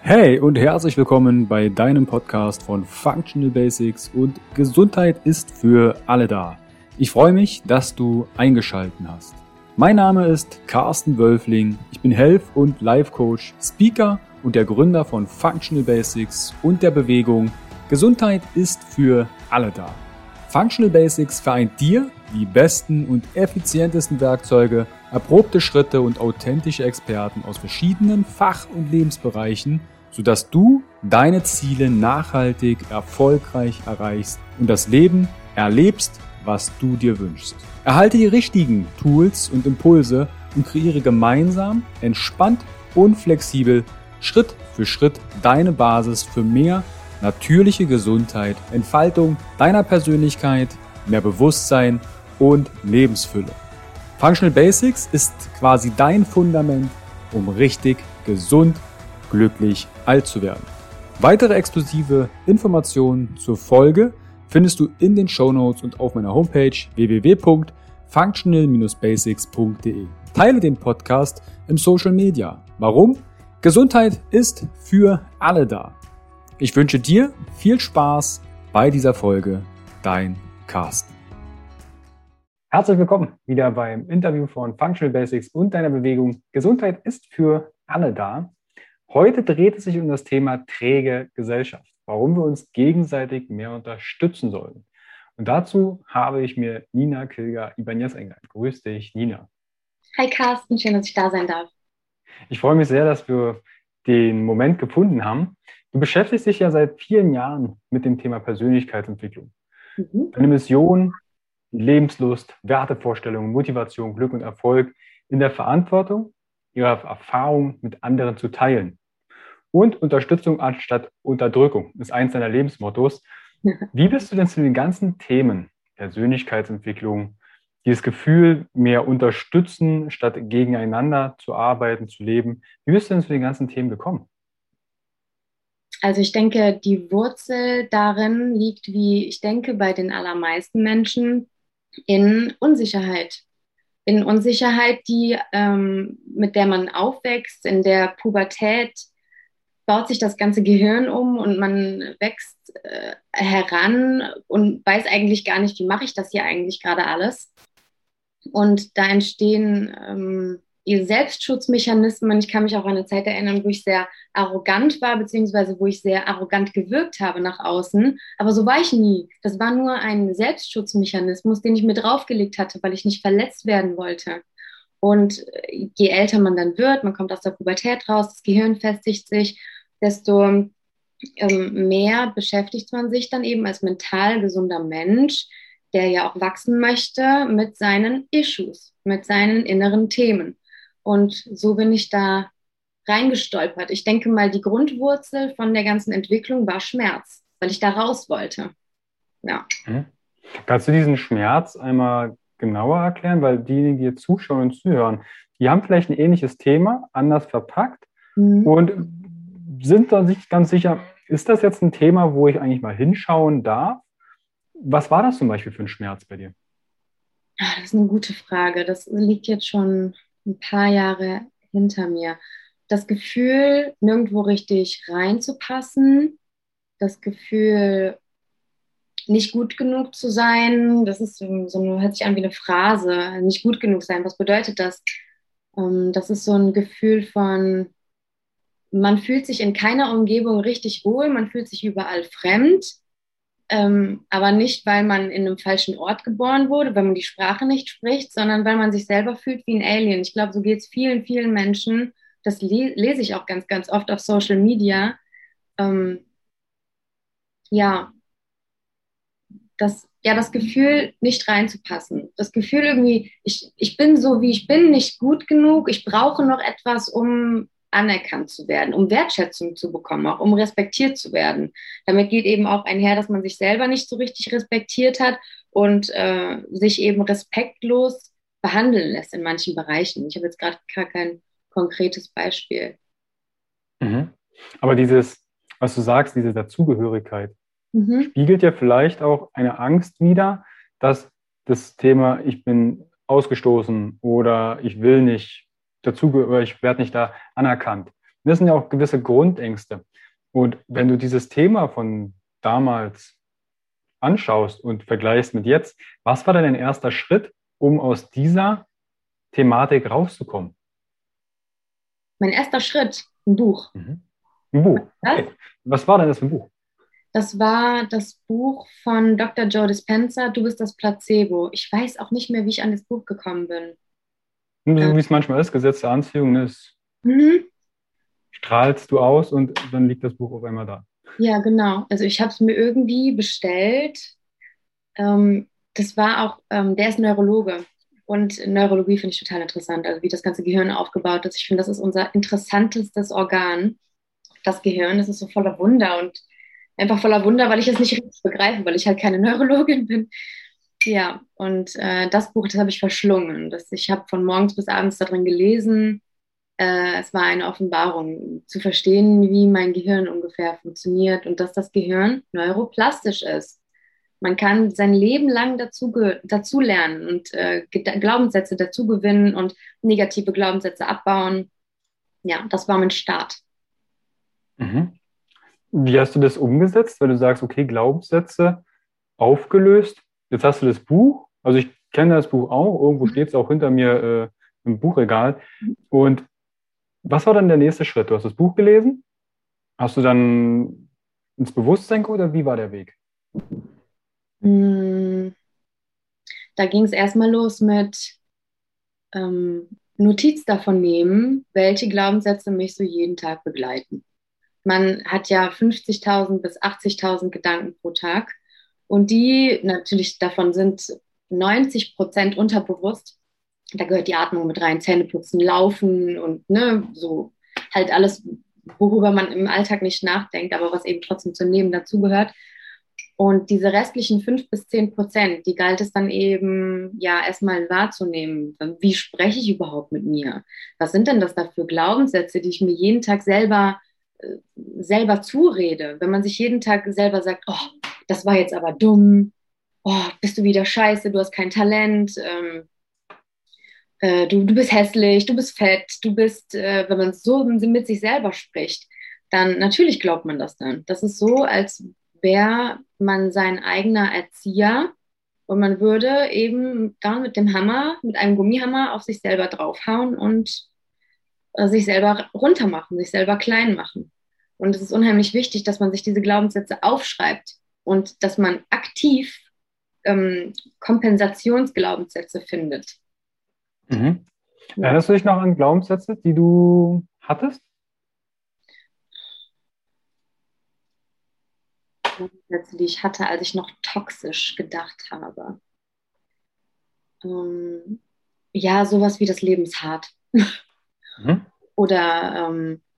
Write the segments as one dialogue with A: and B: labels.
A: Hey und herzlich willkommen bei deinem Podcast von Functional Basics und Gesundheit ist für alle da. Ich freue mich, dass du eingeschaltet hast. Mein Name ist Carsten Wölfling, ich bin Health- und Life-Coach, Speaker und der Gründer von Functional Basics und der Bewegung Gesundheit ist für alle da. Functional Basics vereint dir die besten und effizientesten Werkzeuge, erprobte Schritte und authentische Experten aus verschiedenen Fach- und Lebensbereichen, sodass du deine Ziele nachhaltig erfolgreich erreichst und das Leben erlebst, was du dir wünschst. Erhalte die richtigen Tools und Impulse und kreiere gemeinsam, entspannt und flexibel Schritt für Schritt deine Basis für mehr natürliche Gesundheit, Entfaltung deiner Persönlichkeit, mehr Bewusstsein und Lebensfülle. Functional Basics ist quasi dein Fundament, um richtig gesund, glücklich alt zu werden. Weitere exklusive Informationen zur Folge findest du in den Shownotes und auf meiner Homepage www.functional-basics.de. Teile den Podcast im Social Media. Warum? Gesundheit ist für alle da. Ich wünsche dir viel Spaß bei dieser Folge. Dein Carsten. Herzlich willkommen wieder beim Interview von Functional Basics und deiner Bewegung Gesundheit ist für alle da. Heute dreht es sich um das Thema träge Gesellschaft, warum wir uns gegenseitig mehr unterstützen sollen. Und dazu habe ich mir Nina Kilger-Ibanez eingeladen. Grüß dich, Nina.
B: Hi Carsten, schön, dass ich da sein darf.
A: Ich freue mich sehr, dass wir den Moment gefunden haben. Du beschäftigst dich ja seit vielen Jahren mit dem Thema Persönlichkeitsentwicklung. Deine Mission, Lebenslust, Wertevorstellungen, Motivation, Glück und Erfolg in der Verantwortung, ihre Erfahrungen mit anderen zu teilen. Und Unterstützung anstatt Unterdrückung ist eins deiner Lebensmottos. Wie bist du denn zu den ganzen Themen Persönlichkeitsentwicklung, dieses Gefühl, mehr unterstützen, statt gegeneinander zu arbeiten, zu leben, wie bist du denn zu den ganzen Themen gekommen?
B: Also ich denke, die Wurzel darin liegt, wie ich denke, bei den allermeisten Menschen in Unsicherheit. In Unsicherheit, mit der man aufwächst, in der Pubertät baut sich das ganze Gehirn um und man wächst heran und weiß eigentlich gar nicht, wie mache ich das hier eigentlich gerade alles. Und da entstehen Selbstschutzmechanismen. Ich kann mich auch an eine Zeit erinnern, wo ich sehr arrogant war, beziehungsweise wo ich sehr arrogant gewirkt habe nach außen. Aber so war ich nie. Das war nur ein Selbstschutzmechanismus, den ich mir draufgelegt hatte, weil ich nicht verletzt werden wollte. Und je älter man dann wird, man kommt aus der Pubertät raus, das Gehirn festigt sich, desto mehr beschäftigt man sich dann eben als mental gesunder Mensch, der ja auch wachsen möchte mit seinen Issues, mit seinen inneren Themen. Und so bin ich da reingestolpert. Ich denke mal, die Grundwurzel von der ganzen Entwicklung war Schmerz, weil ich da raus wollte. Ja.
A: Kannst du diesen Schmerz einmal genauer erklären? Weil diejenigen, die jetzt zuschauen und zuhören, die haben vielleicht ein ähnliches Thema, anders verpackt und sind dann sich ganz sicher, ist das jetzt ein Thema, wo ich eigentlich mal hinschauen darf? Was war das zum Beispiel für ein Schmerz bei dir?
B: Das ist eine gute Frage. Das liegt jetzt schon ein paar Jahre hinter mir. Das Gefühl, nirgendwo richtig reinzupassen, das Gefühl, nicht gut genug zu sein, das ist hört sich an wie eine Phrase, nicht gut genug sein. Was bedeutet das? Das ist so ein Gefühl von, man fühlt sich in keiner Umgebung richtig wohl, man fühlt sich überall fremd, aber nicht, weil man in einem falschen Ort geboren wurde, weil man die Sprache nicht spricht, sondern weil man sich selber fühlt wie ein Alien. Ich glaube, so geht es vielen, vielen Menschen. Das lese ich auch ganz, ganz oft auf Social Media. Ja, das Gefühl, nicht reinzupassen. Das Gefühl irgendwie, ich bin so, wie ich bin, nicht gut genug. Ich brauche noch etwas, um anerkannt zu werden, um Wertschätzung zu bekommen, auch um respektiert zu werden. Damit geht eben auch einher, dass man sich selber nicht so richtig respektiert hat und sich eben respektlos behandeln lässt in manchen Bereichen. Ich habe jetzt gerade gar kein konkretes Beispiel.
A: Aber dieses, was du sagst, diese Dazugehörigkeit, spiegelt ja vielleicht auch eine Angst wider, dass das Thema, ich bin ausgestoßen oder ich will nicht dazugehören, oder ich werde nicht da anerkannt. das sind ja auch gewisse Grundängste. Und wenn du dieses Thema von damals anschaust und vergleichst mit jetzt, was war denn dein erster Schritt, um aus dieser Thematik rauszukommen?
B: Mein erster Schritt, ein Buch.
A: Mhm. Ein Buch.
B: Das,
A: Okay. Was war denn das für ein Buch?
B: das war das Buch von Dr. Joe Dispenza, Du bist das Placebo. Ich weiß auch nicht mehr, wie ich an das Buch gekommen bin.
A: Und
B: Ähm,
A: so wie es manchmal ist, Gesetz der Anziehung ist,
B: mhm.
A: strahlst du aus und dann liegt das Buch auf einmal da.
B: Ja, genau. Also ich habe es mir irgendwie bestellt. Das war auch, der ist Neurologe. Und Neurologie finde ich total interessant, also wie das ganze Gehirn aufgebaut ist. Ich finde, das ist unser interessantestes Organ, das Gehirn. Das ist so voller Wunder und einfach voller Wunder, weil ich es nicht richtig begreife, weil ich halt keine Neurologin bin. Ja, und das Buch, das habe ich verschlungen. Ich habe von morgens bis abends darin gelesen. Es war eine Offenbarung, zu verstehen, wie mein Gehirn ungefähr funktioniert und dass das Gehirn neuroplastisch ist. Man kann sein Leben lang dazu lernen und Glaubenssätze dazu gewinnen und negative Glaubenssätze abbauen. Ja, das war mein Start.
A: Mhm. Wie hast du das umgesetzt, weil du sagst, okay, Glaubenssätze aufgelöst? Jetzt hast du das Buch, also ich kenne das Buch auch, irgendwo steht es auch hinter mir im Buchregal. Und was war dann der nächste Schritt? Du hast das Buch gelesen, hast du dann ins Bewusstsein geholt oder wie war der Weg?
B: Mm, Da ging es erstmal los mit Notiz davon nehmen, welche Glaubenssätze mich so jeden Tag begleiten. Man hat ja 50.000 bis 80.000 Gedanken pro Tag und die natürlich davon sind 90% unterbewusst. Da gehört die Atmung mit rein, Zähneputzen, Laufen und ne, so halt alles, worüber man im Alltag nicht nachdenkt, aber was eben trotzdem zum Leben dazugehört. Und diese restlichen 5 bis 10%, die galt es dann eben ja erstmal wahrzunehmen. Wie spreche ich überhaupt mit mir? Was sind denn das da für Glaubenssätze, die ich mir jeden Tag selber zurede? Wenn man sich jeden Tag selber sagt, oh, das war jetzt aber dumm, oh, bist du wieder scheiße, du hast kein Talent, du bist hässlich, du bist fett, wenn man so mit sich selber spricht, dann natürlich glaubt man das dann. Das ist so, als wäre man sein eigener Erzieher und man würde eben da mit dem Hammer, mit einem Gummihammer auf sich selber draufhauen und sich selber runtermachen, sich selber klein machen. Und es ist unheimlich wichtig, dass man sich diese Glaubenssätze aufschreibt und dass man aktiv Kompensationsglaubenssätze findet.
A: Mhm.
B: Ja.
A: Erinnerst du dich noch an Glaubenssätze, die du hattest?
B: Glaubenssätze, die ich hatte, als ich noch toxisch gedacht habe. Ähm, ja, sowas wie das Leben ist hart.
A: Mhm.
B: Oder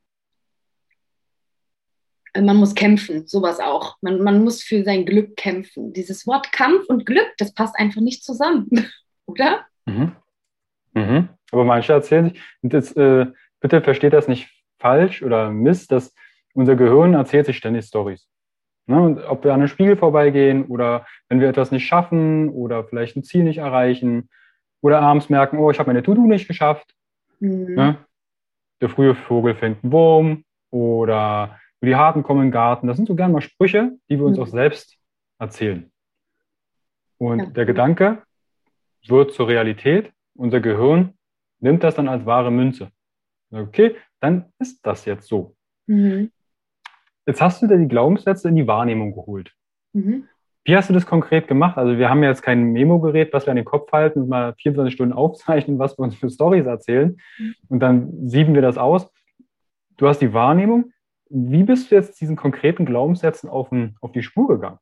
B: man muss kämpfen, sowas auch. Man muss für sein Glück kämpfen. Dieses Wort Kampf und Glück, das passt einfach nicht zusammen, oder?
A: Mhm. Mhm. Aber manche erzählen sich, und jetzt, bitte versteht das nicht falsch oder miss, dass unser Gehirn erzählt sich ständig Storys. Ne? Und ob wir an einem Spiegel vorbeigehen oder wenn wir etwas nicht schaffen oder vielleicht ein Ziel nicht erreichen oder abends merken, oh, ich habe meine To-Do nicht geschafft.
B: Mhm.
A: Ne? Der frühe Vogel fängt einen Wurm oder die Harten kommen in den Garten. Das sind so gerne mal Sprüche, die wir uns auch
B: Mhm.
A: selbst erzählen.
B: Ja.
A: Und der Gedanke wird zur Realität. Unser Gehirn nimmt das dann als wahre Münze. Okay, dann ist das jetzt so.
B: Mhm.
A: Jetzt hast du dir die Glaubenssätze in die Wahrnehmung geholt.
B: Mhm.
A: Wie hast du das konkret gemacht? Also wir haben ja jetzt kein Memo-Gerät, was wir an den Kopf halten und mal 24 Stunden aufzeichnen, was wir uns für Storys erzählen. Und dann sieben wir das aus. Du hast die Wahrnehmung. Wie bist du jetzt diesen konkreten Glaubenssätzen auf die Spur gegangen?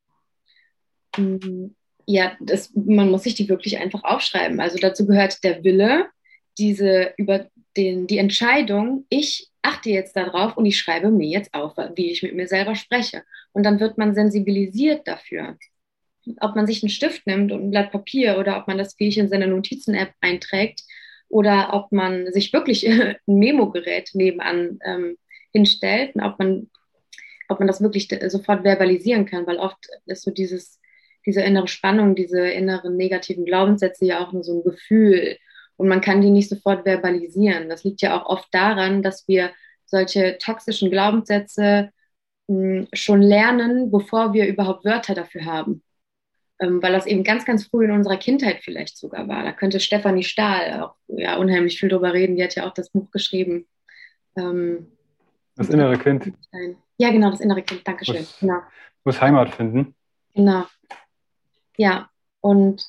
B: Mhm. Ja, man muss sich die wirklich einfach aufschreiben. Also dazu gehört der Wille, die Entscheidung, ich achte jetzt darauf und ich schreibe mir jetzt auf, wie ich mit mir selber spreche. Und dann wird man sensibilisiert dafür. Ob man sich einen Stift nimmt und ein Blatt Papier oder ob man das, wie ich in seine Notizen-App einträgt oder ob man sich wirklich ein Memo-Gerät nebenan hinstellt und ob man das wirklich sofort verbalisieren kann, weil oft ist so diese innere Spannung, diese inneren negativen Glaubenssätze ja auch nur so ein Gefühl und man kann die nicht sofort verbalisieren. Das liegt ja auch oft daran, dass wir solche toxischen Glaubenssätze schon lernen, bevor wir überhaupt Wörter dafür haben. Weil das eben ganz, ganz früh in unserer Kindheit vielleicht sogar war. Da könnte Stefanie Stahl auch ja, unheimlich viel drüber reden. Die hat ja auch das Buch geschrieben.
A: Das innere Kind
B: Ja, genau, das innere Kind. Dankeschön. Genau.
A: muss Heimat finden.
B: Genau. Ja, und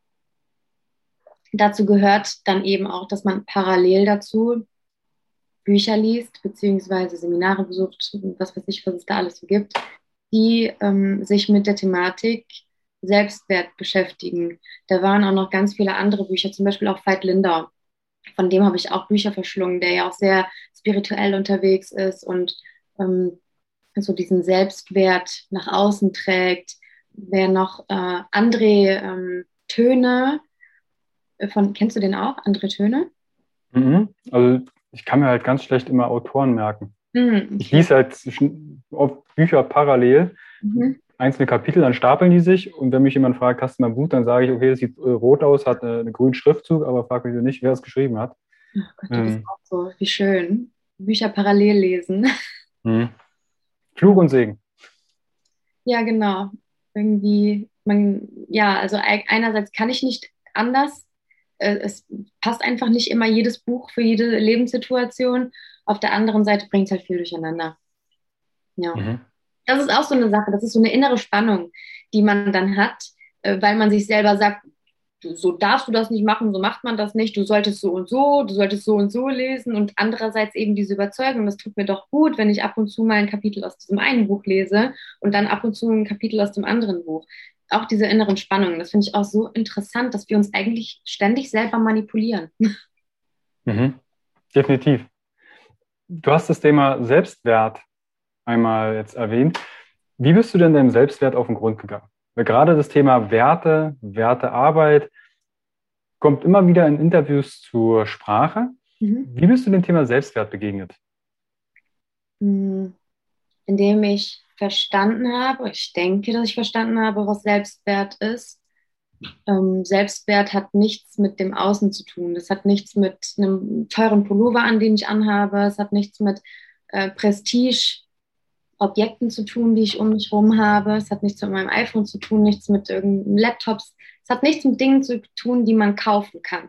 B: dazu gehört dann eben auch, dass man parallel dazu Bücher liest, beziehungsweise Seminare besucht, was weiß ich, was es da alles so gibt, die sich mit der Thematik Selbstwert beschäftigen. Da waren auch noch ganz viele andere Bücher, zum Beispiel auch Veit Lindau. Von dem habe ich auch Bücher verschlungen, der ja auch sehr spirituell unterwegs ist und so diesen Selbstwert nach außen trägt. Wer noch André Töne, kennst du den auch, André Töne?
A: Also ich kann mir halt ganz schlecht immer Autoren merken.
B: Okay.
A: Ich lese halt oft Bücher parallel, einzelne Kapitel, dann stapeln die sich und wenn mich jemand fragt, hast du mein Buch, dann sage ich, okay, das sieht rot aus, hat einen grünen Schriftzug, aber frag mich nicht, wer es geschrieben hat.
B: Oh Gott, du bist auch so, wie schön. Bücher parallel lesen.
A: Fluch und Segen.
B: Ja, genau. Irgendwie, also einerseits kann ich nicht anders. Es passt einfach nicht immer jedes Buch für jede Lebenssituation. Auf der anderen Seite bringt es halt viel durcheinander. Ja. Das ist auch so eine Sache. Das ist so eine innere Spannung, die man dann hat, weil man sich selber sagt, so darfst du das nicht machen, so macht man das nicht, du solltest so und so lesen und andererseits eben diese Überzeugung, das tut mir doch gut, wenn ich ab und zu mal ein Kapitel aus diesem einen Buch lese und dann ab und zu ein Kapitel aus dem anderen Buch. Auch diese inneren Spannungen, das finde ich auch so interessant, dass wir uns eigentlich ständig selber manipulieren.
A: Definitiv. Du hast das Thema Selbstwert einmal jetzt erwähnt. Wie bist du denn deinem Selbstwert auf den Grund gegangen? Weil gerade das Thema Werte, Wertearbeit kommt immer wieder in Interviews zur Sprache. Wie bist du dem Thema Selbstwert begegnet?
B: Indem ich verstanden habe, ich denke, dass ich verstanden habe, was Selbstwert ist. Selbstwert hat nichts mit dem Außen zu tun. Das hat nichts mit einem teuren Pullover an, den ich anhabe. Es hat nichts mit Prestige-Objekten zu tun, die ich um mich herum habe. Es hat nichts mit meinem iPhone zu tun, nichts mit irgendeinem Laptops. Es hat nichts mit Dingen zu tun, die man kaufen kann.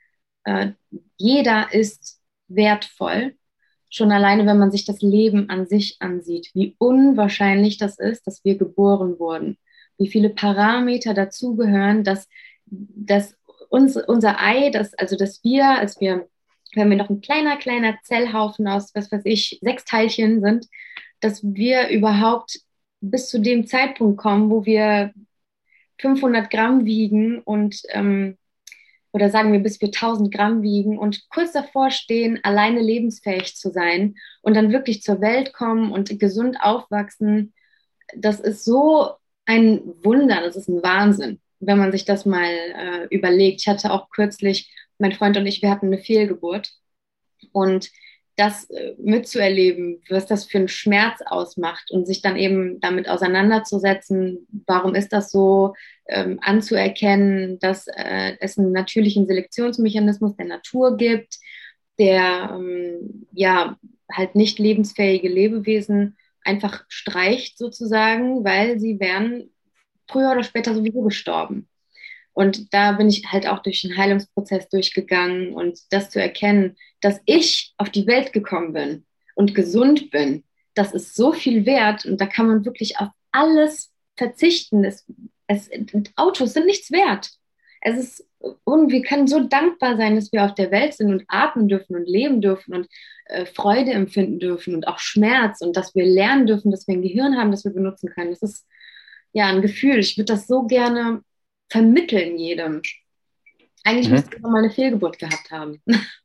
B: Jeder ist wertvoll. Schon alleine, wenn man sich das Leben an sich ansieht, wie unwahrscheinlich das ist, dass wir geboren wurden. Wie viele Parameter dazugehören, dass unser Ei, dass wir, wenn wir noch ein kleiner Zellhaufen aus, was weiß ich, 6 Teilchen sind, dass wir überhaupt bis zu dem Zeitpunkt kommen, wo wir 500 Gramm wiegen und oder sagen wir, bis wir 1000 Gramm wiegen und kurz davor stehen, alleine lebensfähig zu sein und dann wirklich zur Welt kommen und gesund aufwachsen. Das ist so ein Wunder, das ist ein Wahnsinn, wenn man sich das mal überlegt. Ich hatte auch kürzlich, mein Freund und ich, wir hatten eine Fehlgeburt und das mitzuerleben, was das für einen Schmerz ausmacht und sich dann eben damit auseinanderzusetzen, warum ist das so, anzuerkennen, dass es einen natürlichen Selektionsmechanismus der Natur gibt, der ja halt nicht lebensfähige Lebewesen einfach streicht sozusagen, weil sie wären früher oder später sowieso gestorben. Und da bin ich halt auch durch den Heilungsprozess durchgegangen und das zu erkennen, dass ich auf die Welt gekommen bin und gesund bin, das ist so viel wert und da kann man wirklich auf alles verzichten. Autos sind nichts wert. Und wir können so dankbar sein, dass wir auf der Welt sind und atmen dürfen und leben dürfen und Freude empfinden dürfen und auch Schmerz und dass wir lernen dürfen, dass wir ein Gehirn haben, das wir benutzen können. Das ist ja ein Gefühl. Ich würde das so gerne vermitteln jedem. Eigentlich müsste ich noch mal eine Fehlgeburt gehabt haben.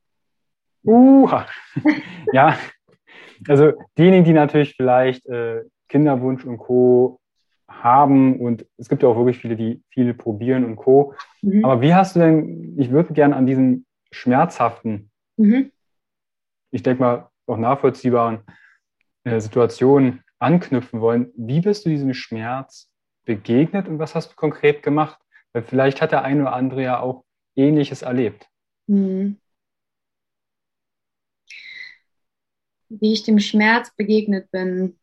A: Ja, also diejenigen, die natürlich vielleicht Kinderwunsch und Co. haben und es gibt ja auch wirklich viele, die viel probieren und Co. Aber wie hast du denn, ich würde gerne an diesen schmerzhaften, ich denke mal auch nachvollziehbaren Situationen anknüpfen wollen. Wie bist du diesem Schmerz begegnet und was hast du konkret gemacht? Weil vielleicht hat der eine oder andere ja auch Ähnliches erlebt.
B: wie ich dem Schmerz begegnet bin.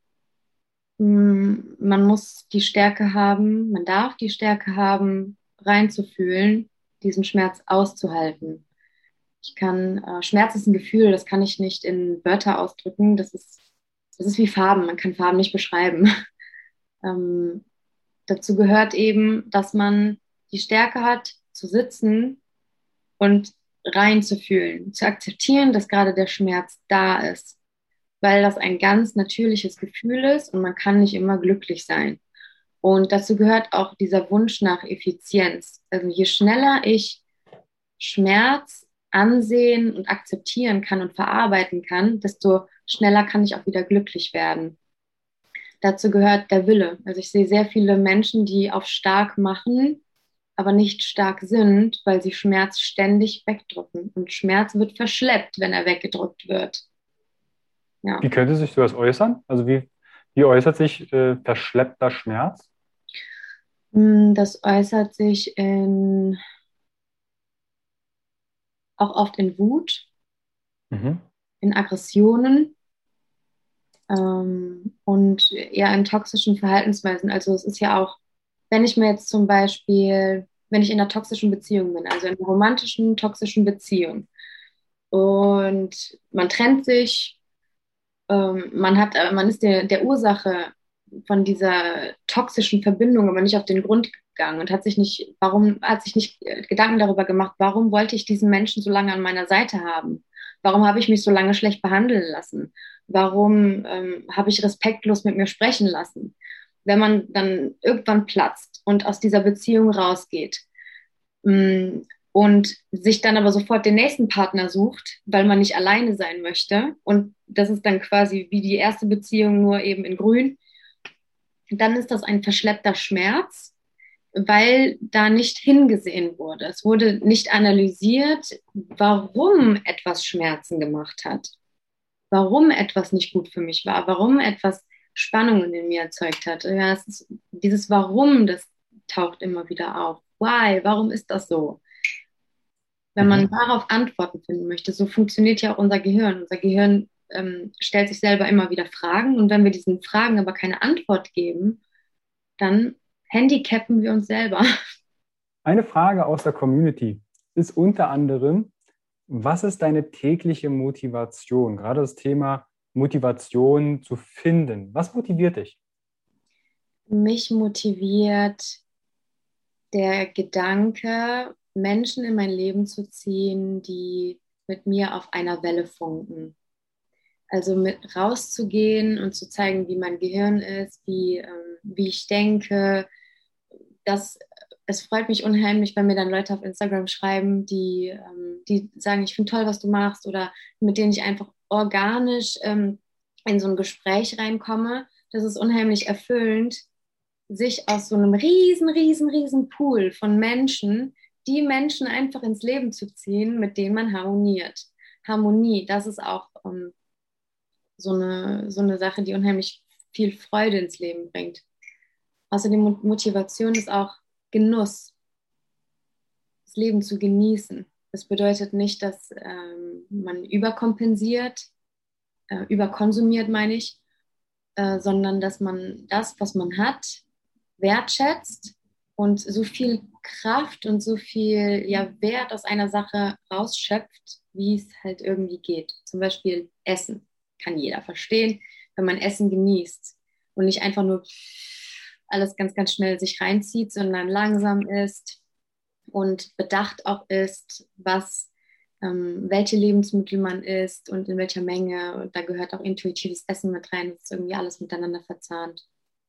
B: Man muss die Stärke haben, man darf die Stärke haben, reinzufühlen, diesen Schmerz auszuhalten. Schmerz ist ein Gefühl, das kann ich nicht in Wörter ausdrücken. Das ist wie Farben, man kann Farben nicht beschreiben. Ähm, Dazu gehört eben, dass man die Stärke hat, zu sitzen und reinzufühlen, zu akzeptieren, dass gerade der Schmerz da ist, weil das ein ganz natürliches Gefühl ist und man kann nicht immer glücklich sein. Und dazu gehört auch dieser Wunsch nach Effizienz. Also je schneller ich Schmerz ansehen und akzeptieren kann und verarbeiten kann, desto schneller kann ich auch wieder glücklich werden. Dazu gehört der Wille. Also ich sehe sehr viele Menschen, die auf stark machen, aber nicht stark sind, weil sie Schmerz ständig wegdrücken. Und Schmerz wird verschleppt, wenn er weggedrückt wird. Ja.
A: Wie könnte sich sowas äußern? Also wie äußert sich verschleppter Schmerz?
B: Das äußert sich auch oft in Wut,
A: Mhm.
B: in Aggressionen, und eher in toxischen Verhaltensweisen. Also es ist ja auch, wenn ich mir jetzt zum Beispiel, wenn ich in einer toxischen Beziehung bin, also in einer romantischen, toxischen Beziehung und man trennt sich, man ist der Ursache von dieser toxischen Verbindung aber nicht auf den Grund gegangen und hat sich nicht Gedanken darüber gemacht, warum wollte ich diesen Menschen so lange an meiner Seite haben? Warum habe ich mich so lange schlecht behandeln lassen? Warum habe ich respektlos mit mir sprechen lassen? Wenn man dann irgendwann platzt und aus dieser Beziehung rausgeht, mh, und sich dann aber sofort den nächsten Partner sucht, weil man nicht alleine sein möchte. Und das ist dann quasi wie die erste Beziehung, nur eben in Grün. Dann ist das ein verschleppter Schmerz, weil da nicht hingesehen wurde. Es wurde nicht analysiert, warum etwas Schmerzen gemacht hat, warum etwas nicht gut für mich war, warum etwas Spannungen in mir erzeugt hat. Ja, dieses Warum, das taucht immer wieder auf. Why? Warum ist das so? Wenn man
A: Mhm.
B: darauf Antworten finden möchte, so funktioniert ja auch unser Gehirn. Unser Gehirn stellt sich selber immer wieder Fragen und wenn wir diesen Fragen aber keine Antwort geben, dann handicappen wir uns selber.
A: Eine Frage aus der Community ist unter anderem, was ist deine tägliche Motivation? Gerade das Thema Motivation zu finden. Was motiviert dich?
B: Mich motiviert der Gedanke, Menschen in mein Leben zu ziehen, die mit mir auf einer Welle funken. Also mit rauszugehen und zu zeigen, wie mein Gehirn ist, wie ich denke. Das, Es freut mich unheimlich, wenn mir dann Leute auf Instagram schreiben, die sagen, ich finde toll, was du machst oder mit denen ich einfach organisch in so ein Gespräch reinkomme. Das ist unheimlich erfüllend, sich aus so einem riesen Pool von Menschen, die Menschen einfach ins Leben zu ziehen, mit denen man harmoniert. Harmonie, das ist auch so eine Sache, die unheimlich viel Freude ins Leben bringt. Außerdem Motivation ist auch Genuss, das Leben zu genießen. Das bedeutet nicht, dass man überkompensiert, überkonsumiert meine ich, sondern dass man das, was man hat, wertschätzt und so viel Kraft und so viel Wert aus einer Sache rausschöpft, wie es halt irgendwie geht. Zum Beispiel Essen. Kann jeder verstehen, wenn man Essen genießt und nicht einfach nur alles ganz schnell sich reinzieht, sondern langsam isst und bedacht auch isst, welche Lebensmittel man isst und in welcher Menge. Und da gehört auch intuitives Essen mit rein. Das ist irgendwie alles miteinander verzahnt.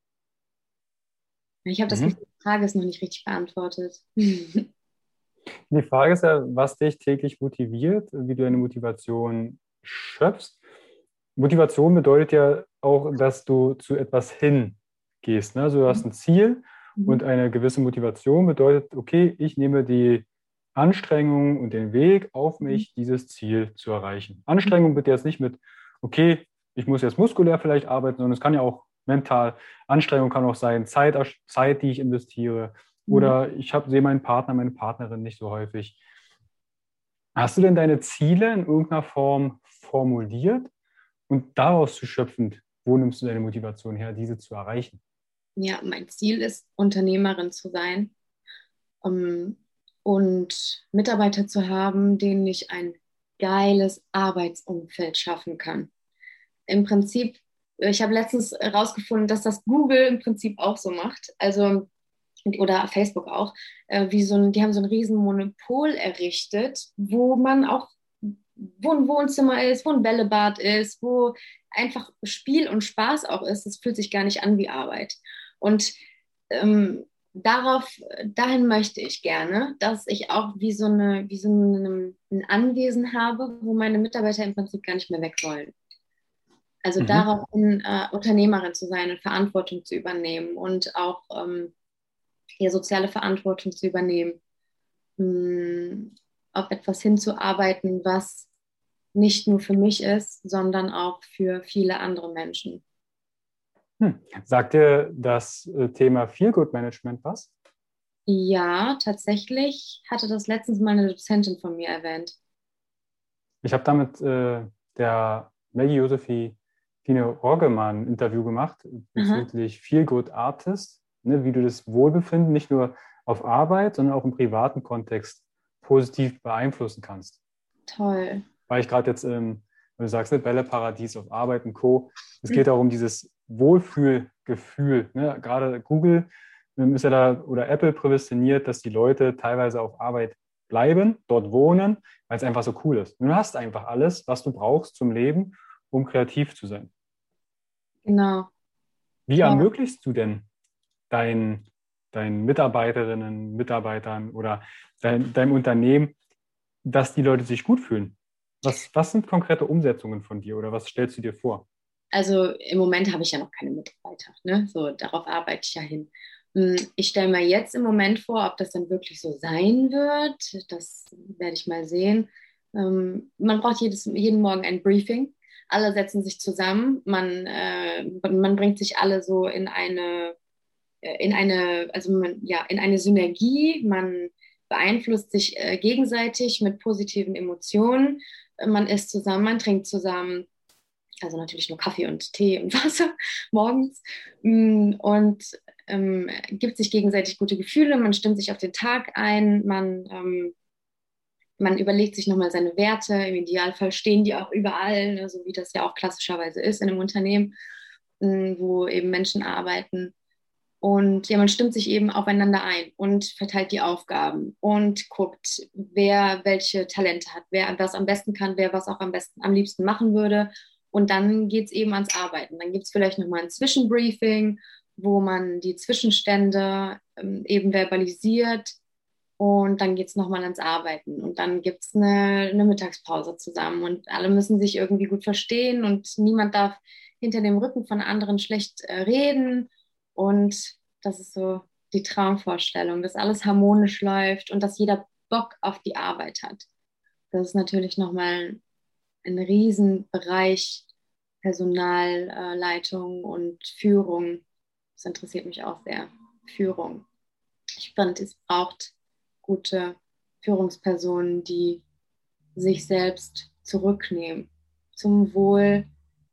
B: Ich habe das
A: Mhm.
B: Gefühl, die Frage ist noch nicht richtig beantwortet.
A: Die Frage ist ja, was dich täglich motiviert, wie du eine Motivation schöpfst. Motivation bedeutet ja auch, dass du zu etwas hingehst. Ne? Also du hast ein Ziel und
B: Mhm.
A: eine gewisse Motivation bedeutet, okay, ich nehme die Anstrengung und den Weg auf mich, dieses Ziel zu erreichen. Anstrengung bitte jetzt nicht mit, okay, ich muss jetzt muskulär vielleicht arbeiten, sondern es kann ja auch mental, Anstrengung kann auch sein, Zeit, die ich investiere,
B: Mhm.
A: oder sehe meinen Partner, meine Partnerin nicht so häufig. Hast du denn deine Ziele in irgendeiner Form formuliert? Und daraus zu schöpfen, wo nimmst du deine Motivation her, diese zu erreichen?
B: Ja, mein Ziel ist, Unternehmerin zu sein, und Mitarbeiter zu haben, denen ich ein geiles Arbeitsumfeld schaffen kann. Im Prinzip, ich habe letztens herausgefunden, dass das Google im Prinzip auch so macht, also oder Facebook auch, die haben so ein riesen Monopol errichtet, wo man auch, wo ein Wohnzimmer ist, wo ein Bällebad ist, wo einfach Spiel und Spaß auch ist. Das fühlt sich gar nicht an wie Arbeit. Und dahin möchte ich gerne, dass ich auch ein Anwesen habe, wo meine Mitarbeiter im Prinzip gar nicht mehr weg wollen. Also
A: Mhm.
B: daraufhin Unternehmerin zu sein und Verantwortung zu übernehmen und auch hier soziale Verantwortung zu übernehmen, mh, auf etwas hinzuarbeiten, was nicht nur für mich ist, sondern auch für viele andere Menschen.
A: Sagt dir das Thema Feel-Good-Management was?
B: Ja, tatsächlich hatte das letztens mal eine Dozentin von mir erwähnt.
A: Ich habe damit der Maggie Josephine Roggemann ein Interview gemacht
B: Aha,
A: bezüglich Feel Good Artist, ne, wie du das Wohlbefinden nicht nur auf Arbeit, sondern auch im privaten Kontext positiv beeinflussen kannst.
B: toll.
A: Weil ich gerade jetzt, wenn du sagst, ne, Bälleparadies auf Arbeit und Co., es geht darum, dieses Wohlfühlgefühl. Ne? Gerade Google ist ja da oder Apple prädestiniert, dass die Leute teilweise auf Arbeit bleiben, dort wohnen, weil es einfach so cool ist. Du hast einfach alles, was du brauchst zum Leben, um kreativ zu sein.
B: Genau,
A: Wie
B: toll.
A: ermöglichst du denn deinen, deinen Mitarbeiterinnen, Mitarbeitern oder deinem Unternehmen, dass die Leute sich gut fühlen? Was sind konkrete Umsetzungen von dir oder was stellst du dir vor?
B: Also im Moment habe ich ja noch keine Mitarbeiter, ne? So, darauf arbeite ich ja hin. Ich stelle mir jetzt im Moment vor, ob das dann wirklich so sein wird. Das werde ich mal sehen. Man braucht jeden Morgen ein Briefing. Alle setzen sich zusammen. Man bringt sich alle so in eine Synergie. Man beeinflusst sich gegenseitig mit positiven Emotionen. Man isst zusammen, man trinkt zusammen, also natürlich nur Kaffee und Tee und Wasser morgens, und gibt sich gegenseitig gute Gefühle, man stimmt sich auf den Tag ein, man überlegt sich nochmal seine Werte, im Idealfall stehen die auch überall, ne, so wie das ja auch klassischerweise ist in einem Unternehmen, wo eben Menschen arbeiten. Und ja, man stimmt sich eben aufeinander ein und verteilt die Aufgaben und guckt, wer welche Talente hat, wer was am besten kann, wer was auch am liebsten machen würde. Und dann geht es eben ans Arbeiten. Dann gibt es vielleicht nochmal ein Zwischenbriefing, wo man die Zwischenstände eben verbalisiert, und dann geht es nochmal ans Arbeiten. Und dann gibt es eine Mittagspause zusammen. Und alle müssen sich irgendwie gut verstehen und niemand darf hinter dem Rücken von anderen schlecht reden. Und das ist so die Traumvorstellung, dass alles harmonisch läuft und dass jeder Bock auf die Arbeit hat. Das ist natürlich nochmal ein Riesenbereich Personalleitung und Führung. Das interessiert mich auch sehr. Führung. Ich finde, es braucht gute Führungspersonen, die sich selbst zurücknehmen zum Wohl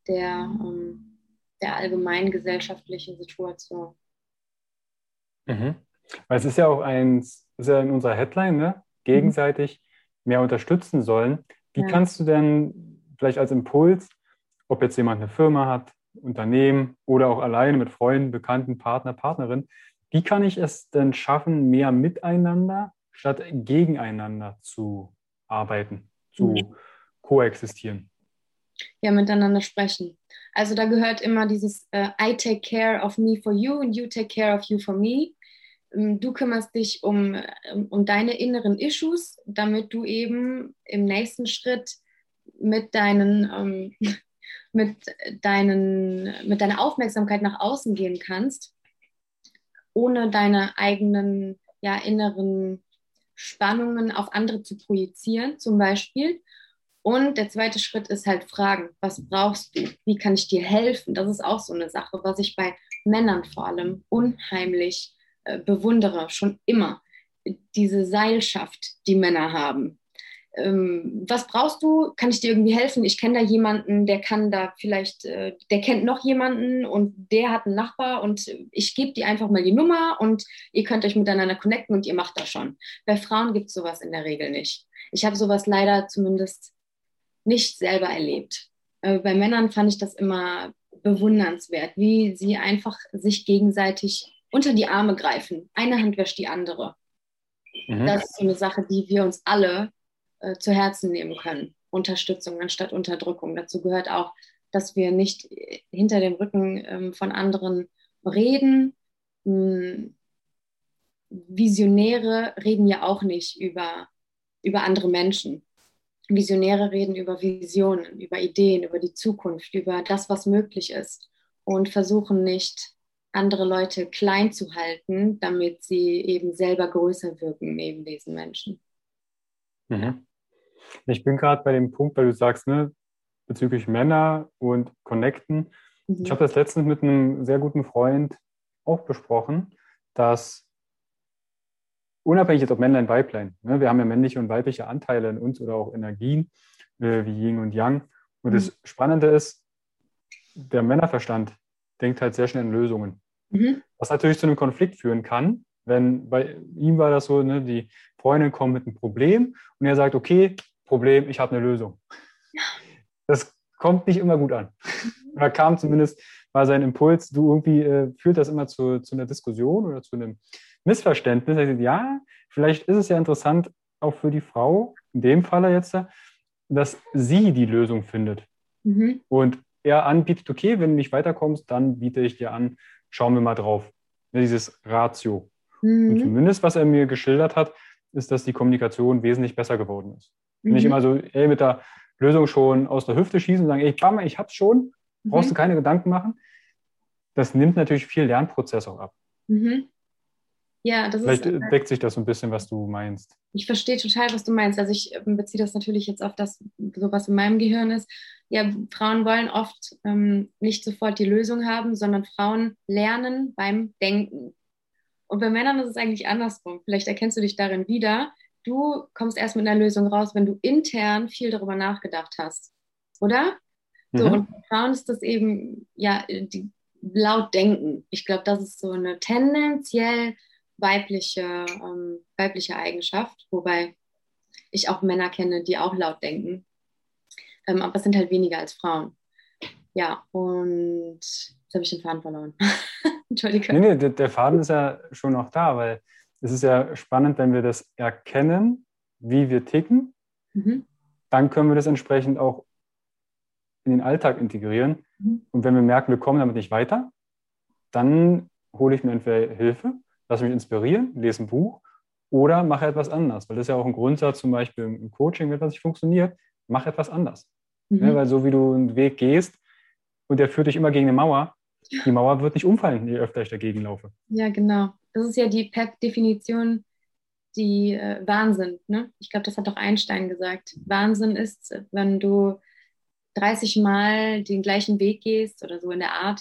B: der allgemeinen gesellschaftlichen Situation.
A: Mhm. Weil es ist ja auch ist ja in unserer Headline, ne?
B: Mhm.
A: Gegenseitig mehr unterstützen sollen. Wie
B: Ja.
A: kannst du denn vielleicht als Impuls, ob jetzt jemand eine Firma hat, Unternehmen oder auch alleine mit Freunden, Bekannten, Partner, Partnerin, wie kann ich es denn schaffen, mehr miteinander statt gegeneinander zu arbeiten,
B: Mhm.
A: zu koexistieren?
B: Ja, miteinander sprechen. Also da gehört immer dieses I take care of me for you and you take care of you for me. Du kümmerst dich um deine inneren Issues, damit du eben im nächsten Schritt mit mit mit deiner Aufmerksamkeit nach außen gehen kannst, ohne deine eigenen, ja, inneren Spannungen auf andere zu projizieren, zum Beispiel. Und der zweite Schritt ist halt fragen, was brauchst du? Wie kann ich dir helfen? Das ist auch so eine Sache, was ich bei Männern vor allem unheimlich bewundere, schon immer. Diese Seilschaft, die Männer haben. was brauchst du? Kann ich dir irgendwie helfen? Ich kenne da jemanden, der kann da vielleicht, der kennt noch jemanden und der hat einen Nachbar und ich gebe dir einfach mal die Nummer und ihr könnt euch miteinander connecten und ihr macht das schon. Bei Frauen gibt es sowas in der Regel nicht. Ich habe sowas leider zumindest nicht selber erlebt. Bei Männern fand ich das immer bewundernswert, wie sie einfach sich gegenseitig unter die Arme greifen. Eine Hand wäscht die andere.
A: Mhm.
B: Das ist so eine Sache, die wir uns alle zu Herzen nehmen können. Unterstützung anstatt Unterdrückung. Dazu gehört auch, dass wir nicht hinter dem Rücken von anderen reden. Visionäre reden ja auch nicht über andere Menschen. Visionäre reden über Visionen, über Ideen, über die Zukunft, über das, was möglich ist und versuchen nicht, andere Leute klein zu halten, damit sie eben selber größer wirken neben diesen Menschen.
A: Mhm. Ich bin gerade bei dem Punkt, weil du sagst, ne, bezüglich Männer und Connecten. Ich
B: Mhm.
A: habe das letztens mit einem sehr guten Freund auch besprochen, dass unabhängig jetzt ob Männlein, Weiblein, ne, wir haben ja männliche und weibliche Anteile in uns oder auch Energien, wie Yin und Yang. Und
B: Mhm.
A: das Spannende ist, der Männerverstand denkt halt sehr schnell in Lösungen.
B: Mhm.
A: Was natürlich zu einem Konflikt führen kann, wenn bei ihm war das so, ne, die Freundin kommt mit einem Problem und er sagt, okay, Problem, ich habe eine Lösung. Das kommt nicht immer gut an. Oder kam zumindest mal sein Impuls, du irgendwie führt das immer zu einer Diskussion oder zu einem Missverständnis. Er sagt, ja, vielleicht ist es ja interessant, auch für die Frau, in dem Falle jetzt, dass sie die Lösung findet.
B: Mhm.
A: Und er anbietet, okay, wenn du nicht weiterkommst, dann biete ich dir an, schauen wir mal drauf. Ja, dieses Ratio. Und
B: Mhm.
A: zumindest, was er mir geschildert hat, ist, dass die Kommunikation wesentlich besser geworden ist. Nicht
B: Mhm.
A: immer so, ey, mit der Lösung schon aus der Hüfte schießen und sagen, ey, bam, ich hab's schon, brauchst du
B: Mhm.
A: keine Gedanken machen. Das nimmt natürlich viel Lernprozess auch ab.
B: Mhm. Ja, das ist,
A: Vielleicht deckt sich das so ein bisschen, was du meinst.
B: ich verstehe total, was du meinst. Also ich beziehe das natürlich jetzt auf das, so was in meinem Gehirn ist. Ja, Frauen wollen oft nicht sofort die Lösung haben, sondern Frauen lernen beim Denken. Und bei Männern ist es eigentlich andersrum. Vielleicht erkennst du dich darin wieder. Du kommst erst mit einer Lösung raus, wenn du intern viel darüber nachgedacht hast. Oder? So,
A: Mhm.
B: und bei Frauen ist das eben, ja, die laut denken. Ich glaube, das ist so eine tendenziell weibliche Eigenschaft, wobei ich auch Männer kenne, die auch laut denken. Aber es sind halt weniger als Frauen. Ja, und jetzt habe ich den Faden verloren.
A: Nee,
B: Entschuldige.
A: nee, der Faden ist ja schon noch da, weil es ist ja spannend, wenn wir das erkennen, wie wir ticken,
B: Mhm.
A: dann können wir das entsprechend auch in den Alltag integrieren.
B: Mhm.
A: Und wenn wir merken, wir kommen damit nicht weiter, dann hole ich mir entweder Hilfe, lasse mich inspirieren, lese ein Buch oder mache etwas anders. Weil das ist ja auch ein Grundsatz zum Beispiel im Coaching, wenn etwas nicht funktioniert, mach etwas anders. Ne?
B: Mhm.
A: Weil so wie du einen Weg gehst und der führt dich immer gegen eine Mauer, die Mauer wird nicht umfallen, je öfter ich dagegen laufe.
B: Ja, genau. Das ist ja die Definition, die Wahnsinn. Ne? Ich glaube, das hat doch Einstein gesagt. Wahnsinn ist, wenn du 30 Mal den gleichen Weg gehst oder so in der Art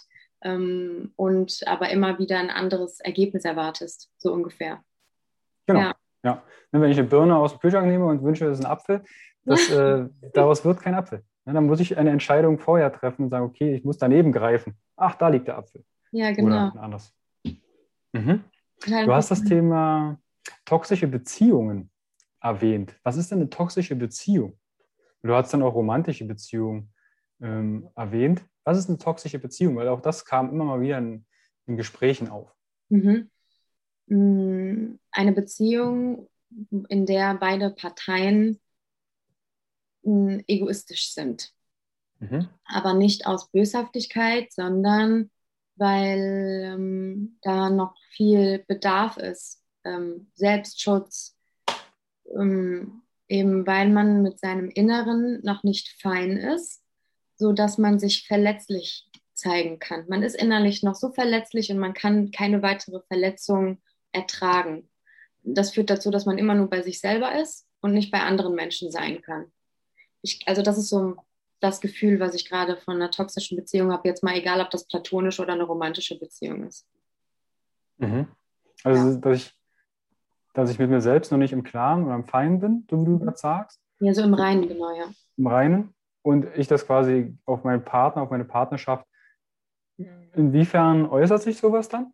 B: und aber immer wieder ein anderes Ergebnis erwartest, so ungefähr.
A: Genau,
B: Ja.
A: ja. Ne, wenn ich eine Birne aus dem Kühlschrank nehme und wünsche, das ist ein Apfel, daraus wird kein Apfel. Ne, dann muss ich eine Entscheidung vorher treffen und sagen, okay, ich muss daneben greifen. Ach, da liegt der Apfel.
B: Ja,
A: Oder
B: genau.
A: anders. Mhm.
B: Total
A: Du hast das
B: interessant.
A: Thema toxische Beziehungen erwähnt. Was ist denn eine toxische Beziehung? Du hast dann auch romantische Beziehungen erwähnt. Was ist eine toxische Beziehung? Weil auch das kam immer mal wieder in Gesprächen auf.
B: Mhm. Eine Beziehung, in der beide Parteien egoistisch sind.
A: Mhm.
B: Aber nicht aus Böshaftigkeit, sondern weil da noch viel Bedarf ist. Selbstschutz, eben weil man mit seinem Inneren noch nicht fein ist, so dass man sich verletzlich zeigen kann. Man ist innerlich noch so verletzlich und man kann keine weitere Verletzung ertragen. Das führt dazu, dass man immer nur bei sich selber ist und nicht bei anderen Menschen sein kann. Also das ist so das Gefühl, was ich gerade von einer toxischen Beziehung habe, jetzt mal egal, ob das platonische oder eine romantische Beziehung ist.
A: Mhm.
B: Ja.
A: Also, dass ich mit mir selbst noch nicht im Klaren oder im Feinen bin, so wie du gerade sagst.
B: Ja, so im Reinen, genau, ja.
A: im Reinen, und ich das quasi auf meinen Partner, auf meine Partnerschaft. Inwiefern äußert sich sowas dann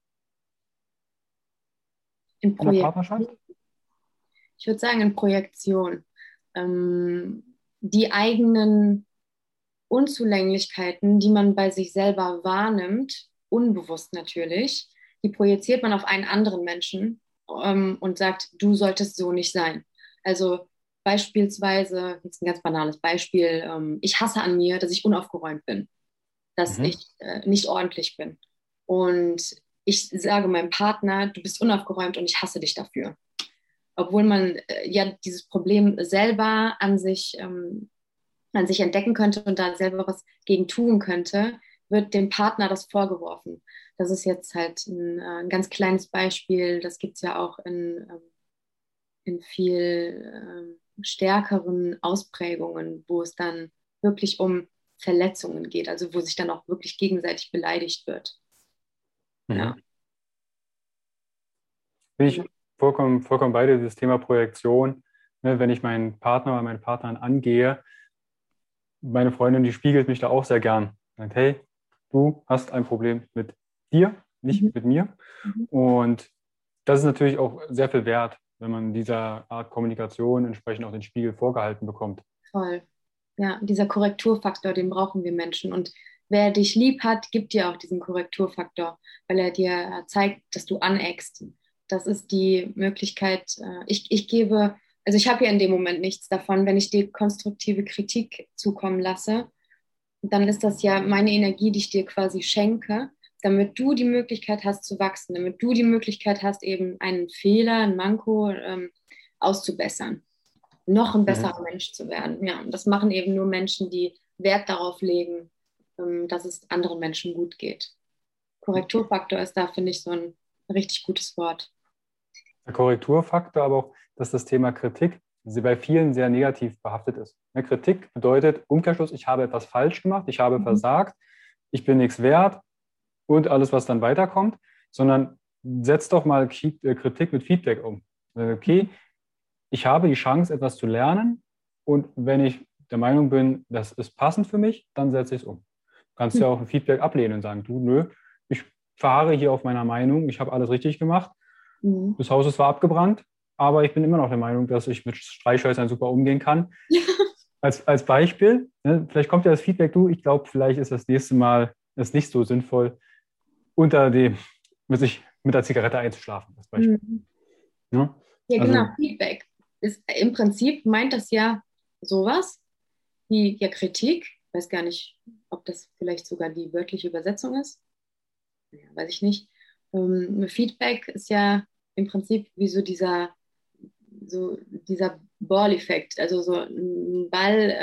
B: In
A: in der
B: Projekt,
A: Partnerschaft?
B: ich würde sagen, in Projektion. Die eigenen Unzulänglichkeiten, die man bei sich selber wahrnimmt, unbewusst natürlich, die projiziert man auf einen anderen Menschen und sagt, du solltest so nicht sein. Also beispielsweise, jetzt ein ganz banales Beispiel, ich hasse an mir, dass ich unaufgeräumt bin, dass
A: Mhm.
B: ich nicht ordentlich bin. Und ich sage meinem Partner, du bist unaufgeräumt und ich hasse dich dafür. Obwohl man ja dieses Problem selber an sich entdecken könnte und da selber was gegen tun könnte, wird dem Partner das vorgeworfen. Das ist jetzt halt ein ganz kleines Beispiel. Das gibt es ja auch in viel stärkeren Ausprägungen, wo es dann wirklich um Verletzungen geht, also wo sich dann auch wirklich gegenseitig beleidigt wird. Ja.
A: Mhm. Bin ich vollkommen bei dir, dieses Thema Projektion. Ne, wenn ich meinen Partner oder meine Partnerin angehe, meine Freundin, die spiegelt mich da auch sehr gern. Sagt, hey, du hast ein Problem mit dir,
B: Mhm.
A: nicht mit mir.
B: Mhm.
A: Und das ist natürlich auch sehr viel wert, wenn man dieser Art Kommunikation entsprechend auch den Spiegel vorgehalten bekommt.
B: Voll. Ja, dieser Korrekturfaktor, den brauchen wir Menschen. Und wer dich lieb hat, gibt dir auch diesen Korrekturfaktor, weil er dir zeigt, dass du aneckst. Das ist die Möglichkeit. Ich gebe, also ich habe ja in dem Moment nichts davon, wenn ich dir konstruktive Kritik zukommen lasse, dann ist das ja meine Energie, die ich dir quasi schenke, damit du die Möglichkeit hast zu wachsen, damit du die Möglichkeit hast, eben einen Fehler, ein Manko auszubessern, noch ein
A: Mhm.
B: besserer Mensch zu werden. Ja, und das machen eben nur Menschen, die Wert darauf legen, dass es anderen Menschen gut geht. Korrekturfaktor ist da, finde ich, so ein richtig gutes Wort.
A: Der Korrekturfaktor, aber auch, dass das Thema Kritik sie bei vielen sehr negativ behaftet ist. Ne, Kritik bedeutet Umkehrschluss, ich habe etwas falsch gemacht, ich habe
B: Mhm.
A: versagt, ich bin nichts wert und alles, was dann weiterkommt, sondern setzt doch mal Kritik mit Feedback um. Okay, ich habe die Chance, etwas zu lernen, und wenn ich der Meinung bin, das ist passend für mich, dann setze ich es um. Du kannst ja auch ein Feedback ablehnen und sagen, du, nö, ich fahre hier auf meiner Meinung, ich habe alles richtig gemacht,
B: Mhm.
A: das Haus ist zwar abgebrannt, aber ich bin immer noch der Meinung, dass ich mit Streichhölzern super umgehen kann. Als Beispiel, ne, vielleicht kommt ja das Feedback, du, ich glaube, vielleicht ist das nächste Mal es nicht so sinnvoll, unter dem, mit der Zigarette einzuschlafen, als Beispiel.
B: Mhm.
A: Ne?
B: Ja, genau,
A: Also,
B: Feedback. Ist, im Prinzip meint das ja sowas wie ja Kritik. Ich weiß gar nicht, ob das vielleicht sogar die wörtliche Übersetzung ist. Ja, weiß ich nicht. Feedback ist ja im Prinzip wie so dieser Ball-Effekt. Also so ein Ball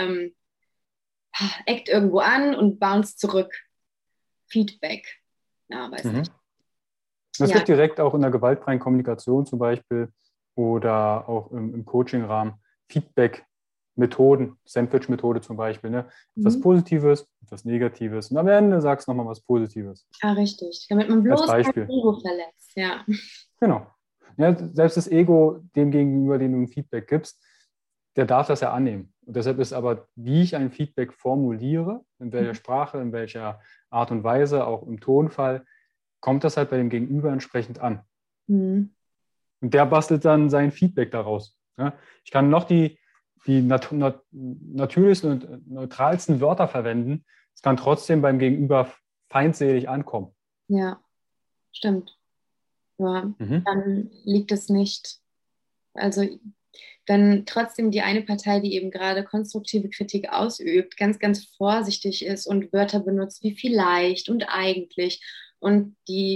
B: eckt irgendwo an und bounce zurück. Feedback. Ja, weiß
A: mhm.
B: nicht.
A: Das
B: Ja.
A: gibt direkt auch in der gewaltfreien Kommunikation zum Beispiel oder auch im Coaching-Rahmen Feedback-Methoden, Sandwich-Methode zum Beispiel. Ne? Etwas
B: Mhm.
A: Positives, etwas Negatives. Und am Ende sagst du nochmal was Positives.
B: Ah, richtig. Damit man
A: Als
B: bloß kein
A: Beispiel.
B: Ego verletzt. Ja.
A: Genau. Ja, selbst das Ego, dem gegenüber, dem du ein Feedback gibst, der darf das ja annehmen. Und deshalb ist aber, wie ich ein Feedback formuliere, in welcher Sprache, in welcher Art und Weise, auch im Tonfall, kommt das halt bei dem Gegenüber entsprechend an.
B: Mhm.
A: Und der bastelt dann sein Feedback daraus. Ja, ich kann noch die natürlichsten und neutralsten Wörter verwenden. Es kann trotzdem beim Gegenüber feindselig ankommen.
B: Ja, stimmt. Ja,
A: Mhm.
B: dann liegt es nicht. Also wenn trotzdem die eine Partei, die eben gerade konstruktive Kritik ausübt, ganz, ganz vorsichtig ist und Wörter benutzt wie vielleicht und eigentlich und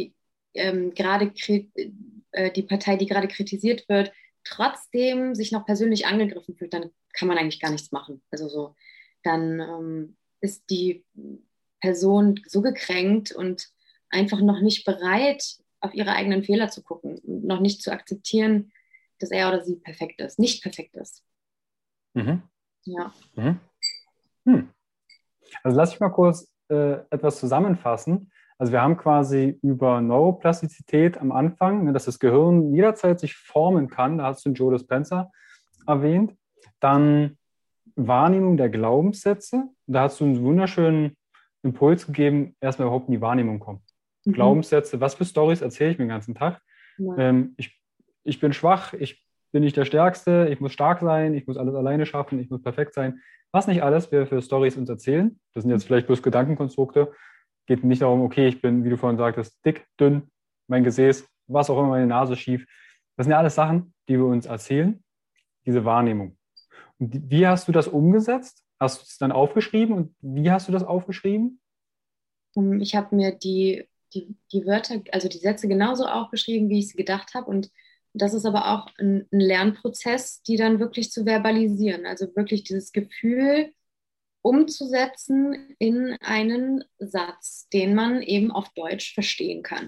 B: die Partei, die gerade kritisiert wird, trotzdem sich noch persönlich angegriffen fühlt, dann kann man eigentlich gar nichts machen. Also so, dann ist die Person so gekränkt und einfach noch nicht bereit, auf ihre eigenen Fehler zu gucken, noch nicht zu akzeptieren, dass er oder sie perfekt ist, nicht perfekt ist.
A: Mhm.
B: Ja.
A: Mhm. Hm. Also lass ich mal kurz etwas zusammenfassen. Also wir haben quasi über Neuroplastizität am Anfang, ne, dass das Gehirn jederzeit sich formen kann. Da hast du Joe Dispenza erwähnt. Dann Wahrnehmung der Glaubenssätze. Da hast du einen wunderschönen Impuls gegeben, erstmal überhaupt in die Wahrnehmung kommen. Glaubenssätze, was für Storys erzähle ich mir den ganzen Tag?
B: Ja.
A: Ich bin schwach, ich bin nicht der Stärkste, ich muss stark sein, ich muss alles alleine schaffen, ich muss perfekt sein. Was nicht alles wir für Storys uns erzählen, das sind jetzt vielleicht bloß Gedankenkonstrukte, geht nicht darum, okay, ich bin, wie du vorhin sagtest, dick, dünn, mein Gesäß, was auch immer, meine Nase schief. Das sind ja alles Sachen, die wir uns erzählen, diese Wahrnehmung. Und wie hast du das umgesetzt? Hast du es dann aufgeschrieben und wie hast du das aufgeschrieben?
B: Ich habe mir die Wörter, also die Sätze genauso aufgeschrieben, wie ich sie gedacht habe. Und das ist aber auch ein Lernprozess, die dann wirklich zu verbalisieren. Also wirklich dieses Gefühl umzusetzen in einen Satz, den man eben auf Deutsch verstehen kann.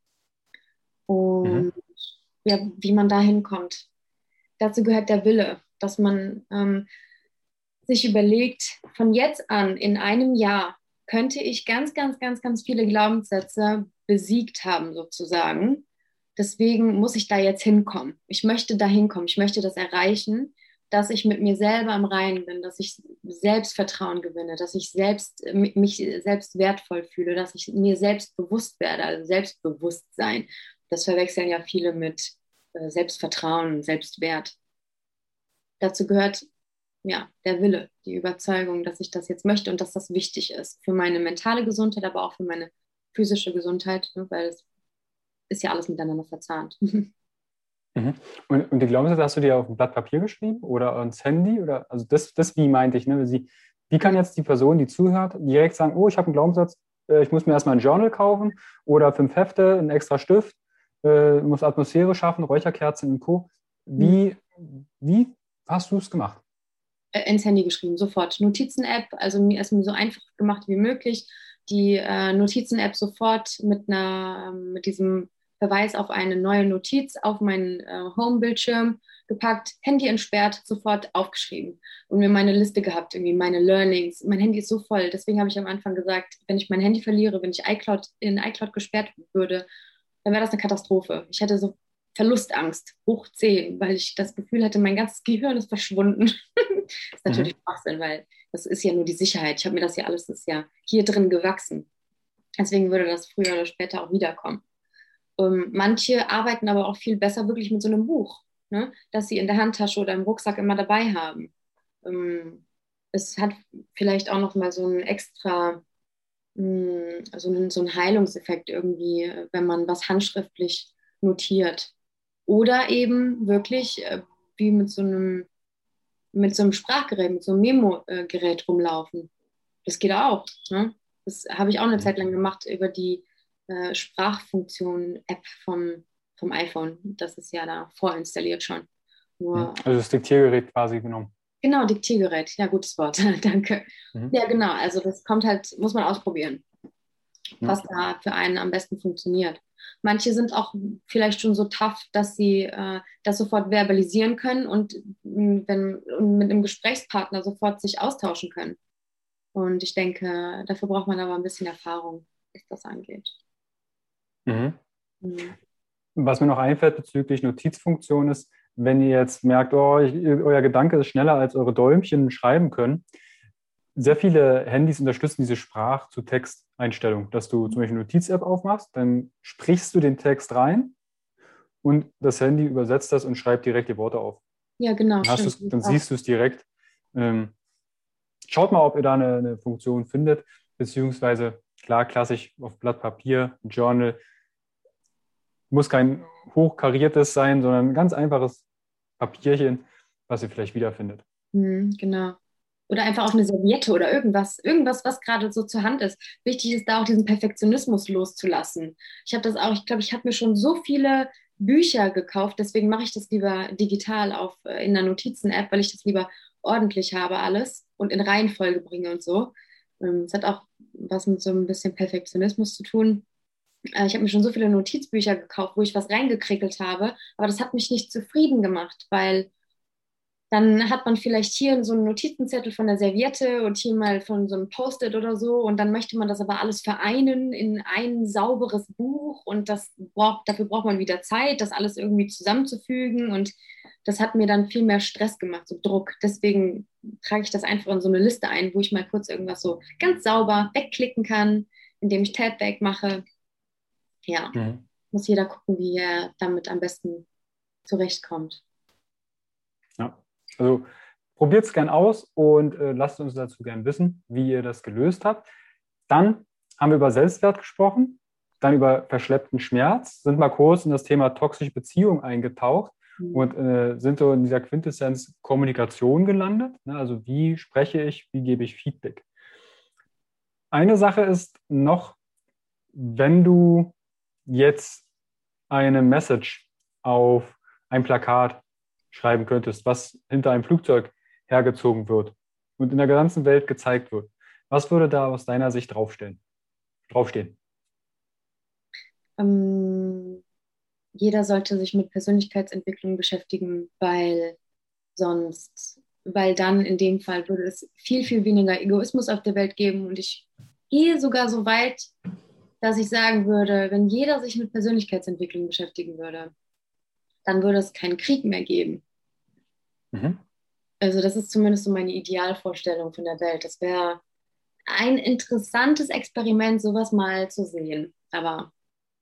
A: Mhm.
B: Und ja, wie man da hinkommt. Dazu gehört der Wille, dass man sich überlegt, von jetzt an in einem Jahr könnte ich ganz, ganz, ganz, ganz viele Glaubenssätze besiegt haben, sozusagen. Deswegen muss ich da jetzt hinkommen. Ich möchte da hinkommen. Ich möchte das erreichen, dass ich mit mir selber im Reinen bin, dass ich Selbstvertrauen gewinne, dass ich mich selbst wertvoll fühle, dass ich mir selbst bewusst werde, also Selbstbewusstsein. Das verwechseln ja viele mit Selbstvertrauen und Selbstwert. Dazu gehört ja der Wille, die Überzeugung, dass ich das jetzt möchte und dass das wichtig ist für meine mentale Gesundheit, aber auch für meine physische Gesundheit, ne, weil es ist ja alles miteinander verzahnt.
A: Mhm. Und die Glaubenssätze hast du dir auf ein Blatt Papier geschrieben oder ans Handy? Oder, also das wie meinte ich, ne? Wie kann jetzt die Person, die zuhört, direkt sagen, oh, ich habe einen Glaubenssatz, ich muss mir erstmal ein Journal kaufen oder 5 Hefte, einen extra Stift, muss Atmosphäre schaffen, Räucherkerzen und Co. Wie hast du es gemacht?
B: Ins Handy geschrieben, sofort. Notizen-App, also mir ist mir so einfach gemacht wie möglich. Die Notizen-App sofort mit diesem Verweis auf eine neue Notiz auf meinen Home-Bildschirm gepackt, Handy entsperrt, sofort aufgeschrieben und mir meine Liste gehabt, irgendwie meine Learnings. Mein Handy ist so voll, deswegen habe ich am Anfang gesagt, wenn ich mein Handy verliere, wenn ich in iCloud gesperrt würde, dann wäre das eine Katastrophe. Ich hätte so Verlustangst hoch 10, weil ich das Gefühl hatte, mein ganzes Gehirn ist verschwunden. Das ist natürlich
A: Mhm.
B: Schwachsinn, weil das ist ja nur die Sicherheit. Ich habe mir das ja alles, das ist ja hier drin gewachsen. Deswegen würde das früher oder später auch wiederkommen. Manche arbeiten aber auch viel besser wirklich mit so einem Buch, ne? Das sie in der Handtasche oder im Rucksack immer dabei haben. Es hat vielleicht auch noch mal so einen extra, so einen Heilungseffekt irgendwie, wenn man was handschriftlich notiert. Oder eben wirklich wie mit so einem Sprachgerät, mit so einem Memo-Gerät rumlaufen. Das geht auch. Ne? Das habe ich auch eine
A: Mhm.
B: Zeit lang gemacht über die Sprachfunktion-App vom iPhone. Das ist ja da vorinstalliert schon.
A: Mhm.
B: Nur,
A: Also das Diktiergerät quasi genommen.
B: genau, Diktiergerät. Ja, gutes Wort. Danke.
A: Mhm.
B: Ja, genau. Also das kommt halt, muss man ausprobieren,
A: Ja.
B: was da für einen am besten funktioniert. Manche sind auch vielleicht schon so tough, dass sie das sofort verbalisieren können und mit einem Gesprächspartner sofort sich austauschen können. Und ich denke, dafür braucht man aber ein bisschen Erfahrung, was das angeht.
A: Mhm.
B: Mhm.
A: Was mir noch einfällt bezüglich Notizfunktion ist, wenn ihr jetzt merkt, oh, euer Gedanke ist schneller als eure Däumchen schreiben können. Sehr viele Handys unterstützen diese Sprach-zu-Text-Einstellung, dass du zum Beispiel eine Notiz-App aufmachst, dann sprichst du den Text rein und das Handy übersetzt das und schreibt direkt die Worte auf.
B: Ja, genau, stimmt.
A: Dann siehst du es direkt. Ähm, Schaut mal, ob ihr da eine Funktion findet, beziehungsweise klar, klassisch auf Blatt Papier, ein Journal, muss kein hochkariertes sein, sondern ein ganz einfaches Papierchen, was ihr vielleicht wiederfindet.
B: Genau. Oder einfach auf eine Serviette oder irgendwas, was gerade so zur Hand ist. Wichtig ist da auch diesen Perfektionismus loszulassen. Ich glaube, ich habe mir schon so viele Bücher gekauft, deswegen mache ich das lieber digital in der Notizen-App, weil ich das lieber ordentlich habe alles und in Reihenfolge bringe und so. Es hat auch was mit so ein bisschen Perfektionismus zu tun. Ich habe mir schon so viele Notizbücher gekauft, wo ich was reingekrickelt habe, aber das hat mich nicht zufrieden gemacht, weil dann hat man vielleicht hier so einen Notizenzettel von der Serviette und hier mal von so einem Post-it oder so und dann möchte man das aber alles vereinen in ein sauberes Buch und dafür braucht man wieder Zeit, das alles irgendwie zusammenzufügen und das hat mir dann viel mehr Stress gemacht, so Druck. Deswegen trage ich das einfach in so eine Liste ein, wo ich mal kurz irgendwas so ganz sauber wegklicken kann, indem ich Tab wegmache. Ja,
A: Mhm.
B: muss jeder gucken, wie er damit am besten zurechtkommt.
A: Ja. Also probiert es gern aus und lasst uns dazu gern wissen, wie ihr das gelöst habt. Dann haben wir über Selbstwert gesprochen, dann über verschleppten Schmerz, sind mal kurz in das Thema toxische Beziehung eingetaucht und sind so in dieser Quintessenz Kommunikation gelandet. Ne? Also wie spreche ich, wie gebe ich Feedback? Eine Sache ist noch, wenn du jetzt eine Message auf ein Plakat schreiben könntest, was hinter einem Flugzeug hergezogen wird und in der ganzen Welt gezeigt wird, was würde da aus deiner Sicht draufstehen?
B: Ähm, Jeder sollte sich mit Persönlichkeitsentwicklung beschäftigen, weil dann in dem Fall würde es viel, viel weniger Egoismus auf der Welt geben. Und ich gehe sogar so weit, dass ich sagen würde, wenn jeder sich mit Persönlichkeitsentwicklung beschäftigen würde, dann würde es keinen Krieg mehr geben.
A: Mhm.
B: Also das ist zumindest so meine Idealvorstellung von der Welt. Das wäre ein interessantes Experiment, sowas mal zu sehen. Aber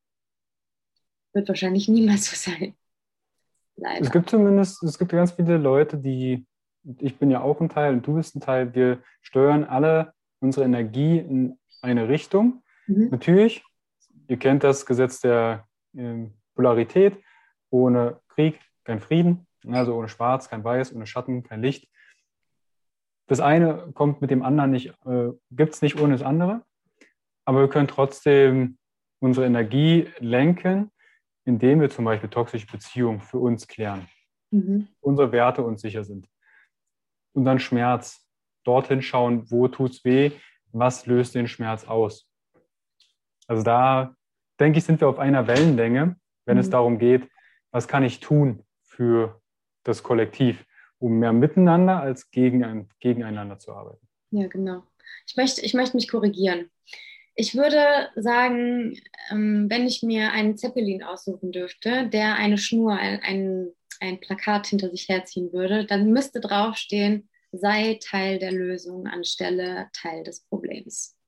B: wird wahrscheinlich niemals so sein.
A: Es
B: Leider.
A: gibt es gibt ganz viele Leute, ich bin ja auch ein Teil und du bist ein Teil, wir steuern alle unsere Energie in eine Richtung.
B: Mhm.
A: Natürlich, ihr kennt das Gesetz der Polarität, ohne Krieg kein Frieden, also ohne Schwarz kein Weiß, ohne Schatten kein Licht. Das eine kommt mit dem anderen nicht, gibt es nicht ohne das andere, aber wir können trotzdem unsere Energie lenken, indem wir zum Beispiel toxische Beziehungen für uns klären,
B: Mhm.
A: unsere Werte uns sicher sind. Und dann Schmerz, dorthin schauen, wo tut es weh, was löst den Schmerz aus. Also da, denke ich, sind wir auf einer Wellenlänge, wenn es
B: Mhm.
A: darum geht, was kann ich tun für das Kollektiv, um mehr miteinander als gegeneinander zu arbeiten.
B: Ja, genau. Ich möchte mich korrigieren. Ich würde sagen, wenn ich mir einen Zeppelin aussuchen dürfte, der eine Schnur, ein Plakat hinter sich herziehen würde, dann müsste draufstehen, sei Teil der Lösung anstelle Teil des Problems.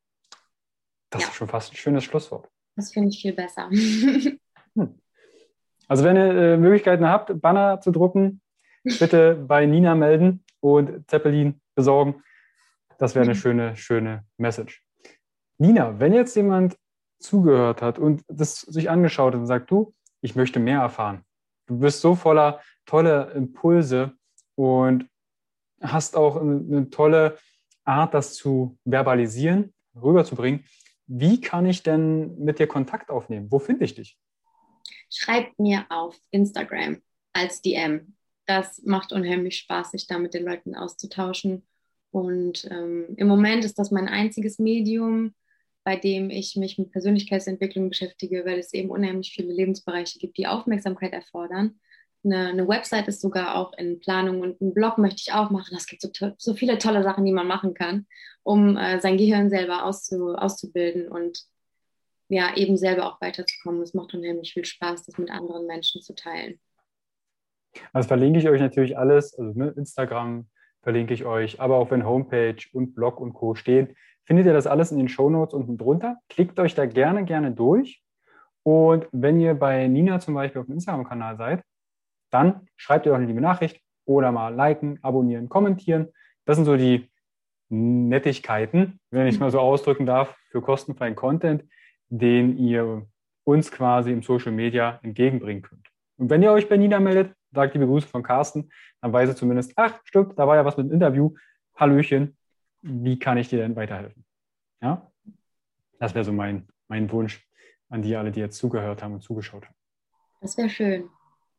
A: Das
B: Ja,
A: ist schon fast ein schönes Schlusswort.
B: das finde ich viel besser.
A: Hm. Also wenn ihr Möglichkeiten habt, Banner zu drucken, bitte bei Nina melden und Zeppelin besorgen. Das wäre eine schöne Message. Nina, wenn jetzt jemand zugehört hat und das sich angeschaut hat und sagt, du, ich möchte mehr erfahren. Du bist so voller tolle Impulse und hast auch eine tolle Art, das zu verbalisieren, rüberzubringen. Wie kann ich denn mit dir Kontakt aufnehmen? Wo finde ich dich?
B: Schreibt mir auf Instagram als DM. Das macht unheimlich Spaß, sich da mit den Leuten auszutauschen. Und im Moment ist das mein einziges Medium, bei dem ich mich mit Persönlichkeitsentwicklung beschäftige, weil es eben unheimlich viele Lebensbereiche gibt, die Aufmerksamkeit erfordern. Eine Website ist sogar auch in Planung und einen Blog möchte ich auch machen. Es gibt so viele tolle Sachen, die man machen kann, um sein Gehirn selber auszubilden und ja, eben selber auch weiterzukommen. Es macht unheimlich viel Spaß, das mit anderen Menschen zu teilen.
A: Also verlinke ich euch natürlich alles, also ne, Instagram verlinke ich euch, aber auch wenn Homepage und Blog und Co. stehen, findet ihr das alles in den Shownotes unten drunter. Klickt euch da gerne durch. Und wenn ihr bei Nina zum Beispiel auf dem Instagram-Kanal seid, dann schreibt ihr doch eine liebe Nachricht oder mal liken, abonnieren, kommentieren. Das sind so die Nettigkeiten, wenn ich es mal so ausdrücken darf, für kostenfreien Content, den ihr uns quasi im Social Media entgegenbringen könnt. Und wenn ihr euch bei Nina meldet, sagt liebe Grüße von Carsten, dann weiß er zumindest, ach stimmt, da war ja was mit dem Interview. Hallöchen, wie kann ich dir denn weiterhelfen? Ja, das wäre so mein Wunsch an die alle, die jetzt zugehört haben und zugeschaut haben.
B: Das wäre schön.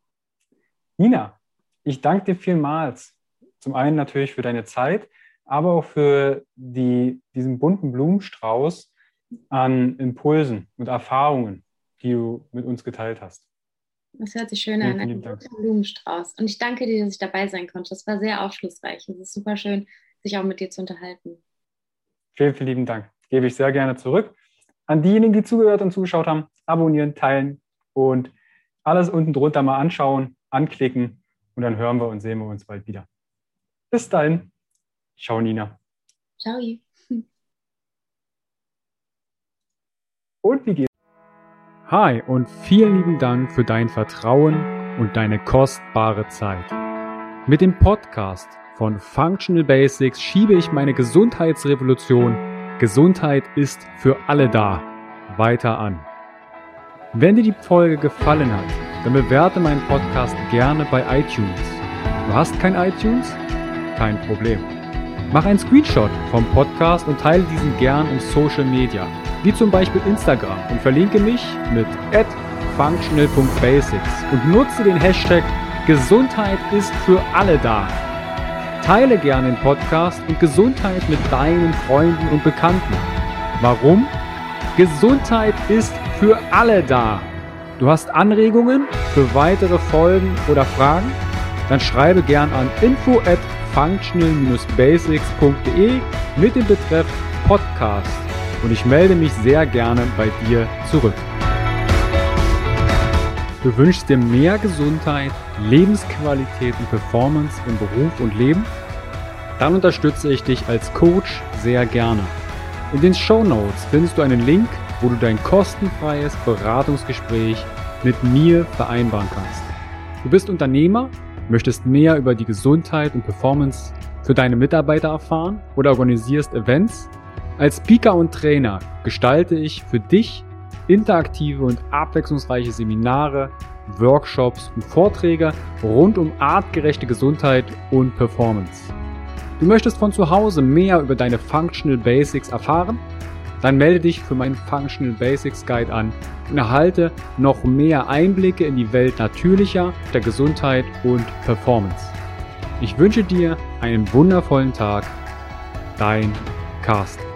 A: Nina, ich danke dir vielmals. Zum einen natürlich für deine Zeit, aber auch für diesen bunten Blumenstrauß an Impulsen und Erfahrungen, die du mit uns geteilt hast.
B: Das hört sich schön
A: Vielen,
B: an,
A: vielen
B: ein
A: lieben Dank.
B: bunter Blumenstrauß. Und ich danke dir, dass ich dabei sein konnte. Das war sehr aufschlussreich. Es ist super schön, sich auch mit dir zu unterhalten.
A: Vielen, vielen lieben Dank. Gebe ich sehr gerne zurück. An diejenigen, die zugehört und zugeschaut haben, abonnieren, teilen und alles unten drunter mal anschauen, anklicken und dann hören wir und sehen wir uns bald wieder. Bis dahin. Ciao, Nina.
B: Ciao.
A: Und wie geht's? Hi und vielen lieben Dank für dein Vertrauen und deine kostbare Zeit. Mit dem Podcast von Functional Basics schiebe ich meine Gesundheitsrevolution Gesundheit ist für alle da weiter an. Wenn dir die Folge gefallen hat, dann bewerte meinen Podcast gerne bei iTunes. Du hast kein iTunes? Kein Problem. Mach einen Screenshot vom Podcast und teile diesen gern im Social Media, wie zum Beispiel Instagram, und verlinke mich mit @functional.basics und nutze den Hashtag Gesundheit ist für alle da. Teile gerne den Podcast und Gesundheit mit deinen Freunden und Bekannten. Warum? Gesundheit ist für alle da. Du hast Anregungen für weitere Folgen oder Fragen? Dann schreibe gern an info@functional-basics.de mit dem Betreff Podcast und ich melde mich sehr gerne bei dir zurück. Du wünschst dir mehr Gesundheit, Lebensqualität und Performance im Beruf und Leben? Dann unterstütze ich dich als Coach sehr gerne. In den Shownotes findest du einen Link, wo du dein kostenfreies Beratungsgespräch mit mir vereinbaren kannst. Du bist Unternehmer, möchtest mehr über die Gesundheit und Performance für deine Mitarbeiter erfahren oder organisierst Events? Als Speaker und Trainer gestalte ich für dich interaktive und abwechslungsreiche Seminare, Workshops und Vorträge rund um artgerechte Gesundheit und Performance. Du möchtest von zu Hause mehr über deine Functional Basics erfahren? Dann melde dich für meinen Functional Basics Guide an und erhalte noch mehr Einblicke in die Welt natürlicher, der Gesundheit und Performance. Ich wünsche dir einen wundervollen Tag. Dein Carsten.